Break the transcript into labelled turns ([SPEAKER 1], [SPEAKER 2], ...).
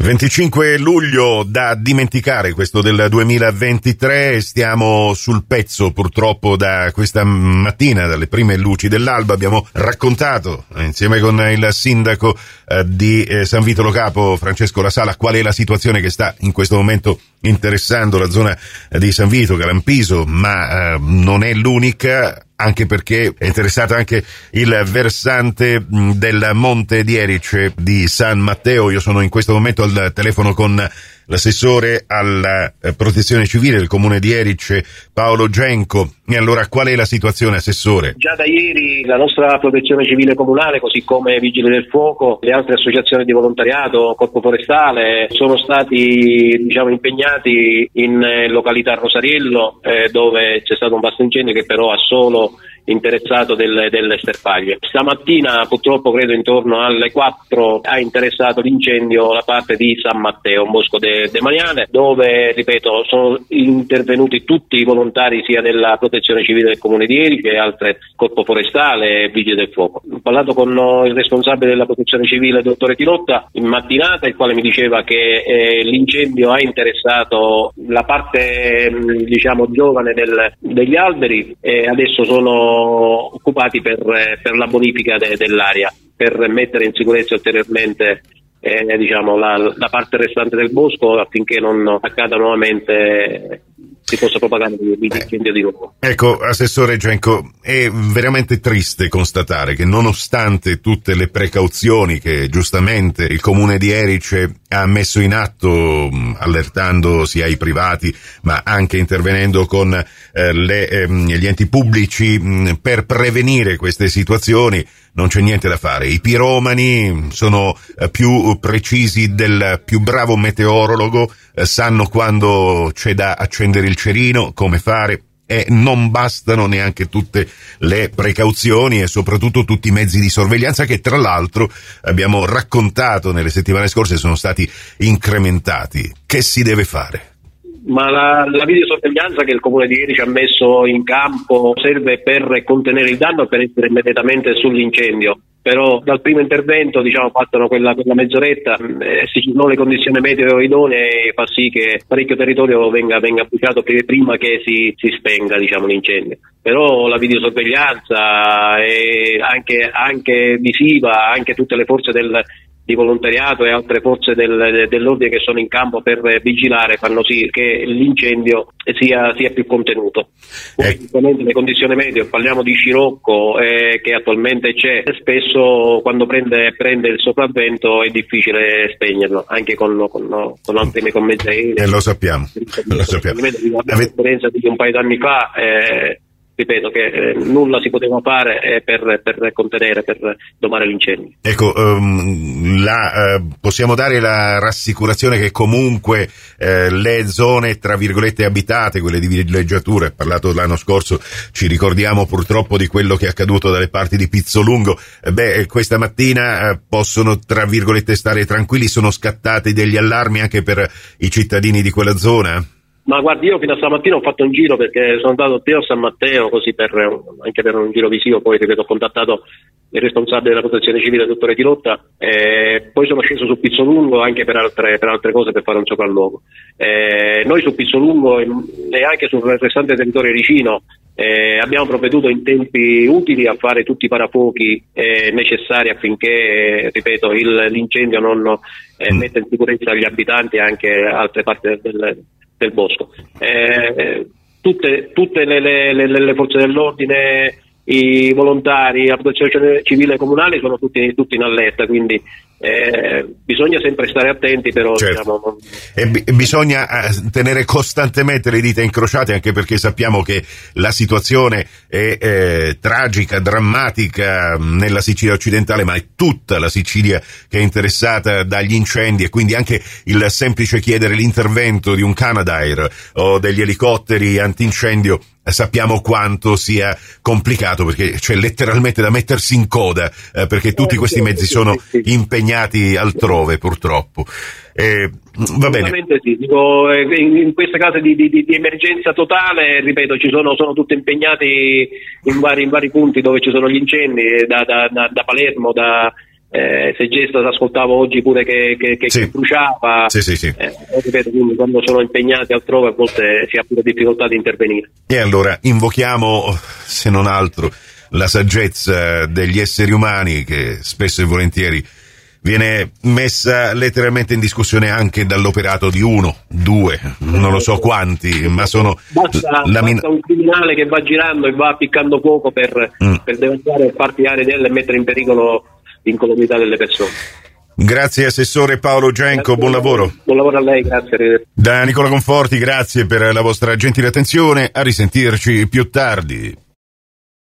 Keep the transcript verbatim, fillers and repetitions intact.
[SPEAKER 1] venticinque luglio da dimenticare, questo del duemilaventitré, stiamo sul pezzo purtroppo da questa mattina, dalle prime luci dell'alba. Abbiamo raccontato insieme con il sindaco eh, di eh, San Vito Lo Capo, Francesco La Sala, qual è la situazione che sta in questo momento interessando la zona di San Vito, Galampiso, ma eh, non è l'unica, anche perché è interessato anche il versante del Monte di Erice di San Matteo. Io sono in questo momento al telefono con l'assessore alla protezione civile del comune di Erice, Paolo Genco. E allora, qual è la situazione, assessore?
[SPEAKER 2] Già da ieri la nostra protezione civile comunale, così come Vigili del Fuoco, le altre associazioni di volontariato, Corpo Forestale, sono stati diciamo impegnati in località Rosariello, eh, dove c'è stato un vasto incendio che però ha solo interessato delle, delle sterpaglie. Stamattina, purtroppo credo intorno alle quattro, ha interessato l'incendio la parte di San Matteo, un bosco de, demaniale, dove, ripeto, sono intervenuti tutti i volontari sia della protezione civile del comune di Erice che altre Corpo Forestale e Vigili del Fuoco. Ho parlato con il responsabile della protezione civile, il dottore Tilotta, in mattinata, il quale mi diceva che eh, l'incendio ha interessato la parte diciamo giovane del, degli alberi e adesso sono occupati per, per la bonifica de, dell'area, per mettere in sicurezza ulteriormente eh, diciamo la, la parte restante del bosco, affinché non accada nuovamente, si possa propagare l'incendio di nuovo.
[SPEAKER 1] Ecco, assessore Genco, è veramente triste constatare che nonostante tutte le precauzioni che giustamente il comune di Erice ha messo in atto, allertando sia i privati ma anche intervenendo con eh, le, eh, gli enti pubblici mh, per prevenire queste situazioni, non c'è niente da fare. I piromani sono eh, più precisi del più bravo meteorologo, eh, sanno quando c'è da accendere il cerino, come fare, e non bastano neanche tutte le precauzioni e soprattutto tutti i mezzi di sorveglianza che, tra l'altro, abbiamo raccontato nelle settimane scorse, sono stati incrementati. Che si deve fare?
[SPEAKER 2] Ma la, la videosorveglianza che il comune di Erice ha messo in campo serve per contenere il danno e per essere immediatamente sull'incendio. Però dal primo intervento, diciamo, passano quella, quella mezz'oretta, eh, si sono le condizioni meteo idonee, fa sì che parecchio territorio venga, venga bruciato prima che si, si spenga, diciamo, l'incendio. Però la videosorveglianza è anche, anche visiva, anche tutte le forze del di volontariato e altre forze del, dell'ordine che sono in campo per vigilare fanno sì che l'incendio sia, sia più contenuto. Ovviamente le condizioni meteo, parliamo di scirocco eh, che attualmente c'è, spesso quando prende, prende il sopravvento è difficile spegnerlo, anche con, con, con altre con mezzi aerei.
[SPEAKER 1] E lo sappiamo, lo sappiamo.
[SPEAKER 2] L'esperienza di un paio d'anni fa, eh, ripeto che eh, nulla si poteva fare eh, per, per contenere, per domare l'incendio.
[SPEAKER 1] Ecco, um, la, uh, possiamo dare la rassicurazione che comunque eh, le zone tra virgolette abitate, quelle di villeggiatura, parlato l'anno scorso, ci ricordiamo purtroppo di quello che è accaduto dalle parti di Pizzolungo, eh, beh, questa mattina eh, possono tra virgolette stare tranquilli, sono scattati degli allarmi anche per i cittadini di quella zona?
[SPEAKER 2] Ma guardi, io fino a stamattina ho fatto un giro perché sono andato a San Matteo, così per anche per un giro visivo, poi ripeto ho contattato il responsabile della protezione civile, il dottore Tilotta, e poi sono sceso su Pizzolungo anche per altre, per altre cose, per fare un sopralluogo. Eh, noi su Pizzolungo e anche sul restante territorio ericino eh, abbiamo provveduto in tempi utili a fare tutti i parafuochi eh, necessari affinché, ripeto, il, l'incendio non eh, mm. metta in sicurezza gli abitanti e anche altre parti del, del del bosco. Eh, tutte tutte le, le, le, le forze dell'ordine, i volontari, la protezione civile comunale sono tutti, tutti in allerta, quindi eh, bisogna sempre stare attenti, però
[SPEAKER 1] certo.
[SPEAKER 2] diciamo, non...
[SPEAKER 1] e b- bisogna eh, tenere costantemente le dita incrociate, anche perché sappiamo che la situazione è eh, tragica, drammatica nella Sicilia occidentale, ma è tutta la Sicilia che è interessata dagli incendi, e quindi anche il semplice chiedere l'intervento di un Canadair o degli elicotteri antincendio sappiamo quanto sia complicato, perché c'è letteralmente da mettersi in coda eh, perché tutti questi mezzi sono impegnati altrove, purtroppo. Eh, va bene.
[SPEAKER 2] Sì. Dico, in, in queste case di, di, di emergenza totale, ripeto, ci sono, sono tutti impegnati in vari, in vari punti dove ci sono gli incendi, da, da, da, da Palermo, da eh, Segesta ascoltavo oggi pure che, che, che,
[SPEAKER 1] sì.
[SPEAKER 2] che bruciava,
[SPEAKER 1] sì, sì, sì.
[SPEAKER 2] Eh, ripeto, quindi quando sono impegnati altrove a volte si ha pure difficoltà di intervenire.
[SPEAKER 1] E allora invochiamo, se non altro, la saggezza degli esseri umani, che spesso e volentieri viene messa letteralmente in discussione anche dall'operato di uno, due, non lo so quanti, ma sono
[SPEAKER 2] basta,
[SPEAKER 1] la min-
[SPEAKER 2] basta un criminale che va girando e va appiccando fuoco per, mm. per devastare parti aree e mettere in pericolo l'incolumità delle persone.
[SPEAKER 1] Grazie Assessore Paolo Genco,
[SPEAKER 2] grazie,
[SPEAKER 1] buon lavoro.
[SPEAKER 2] Buon lavoro a lei, grazie.
[SPEAKER 1] Da Nicola Conforti, grazie per la vostra gentile attenzione, a risentirci più tardi.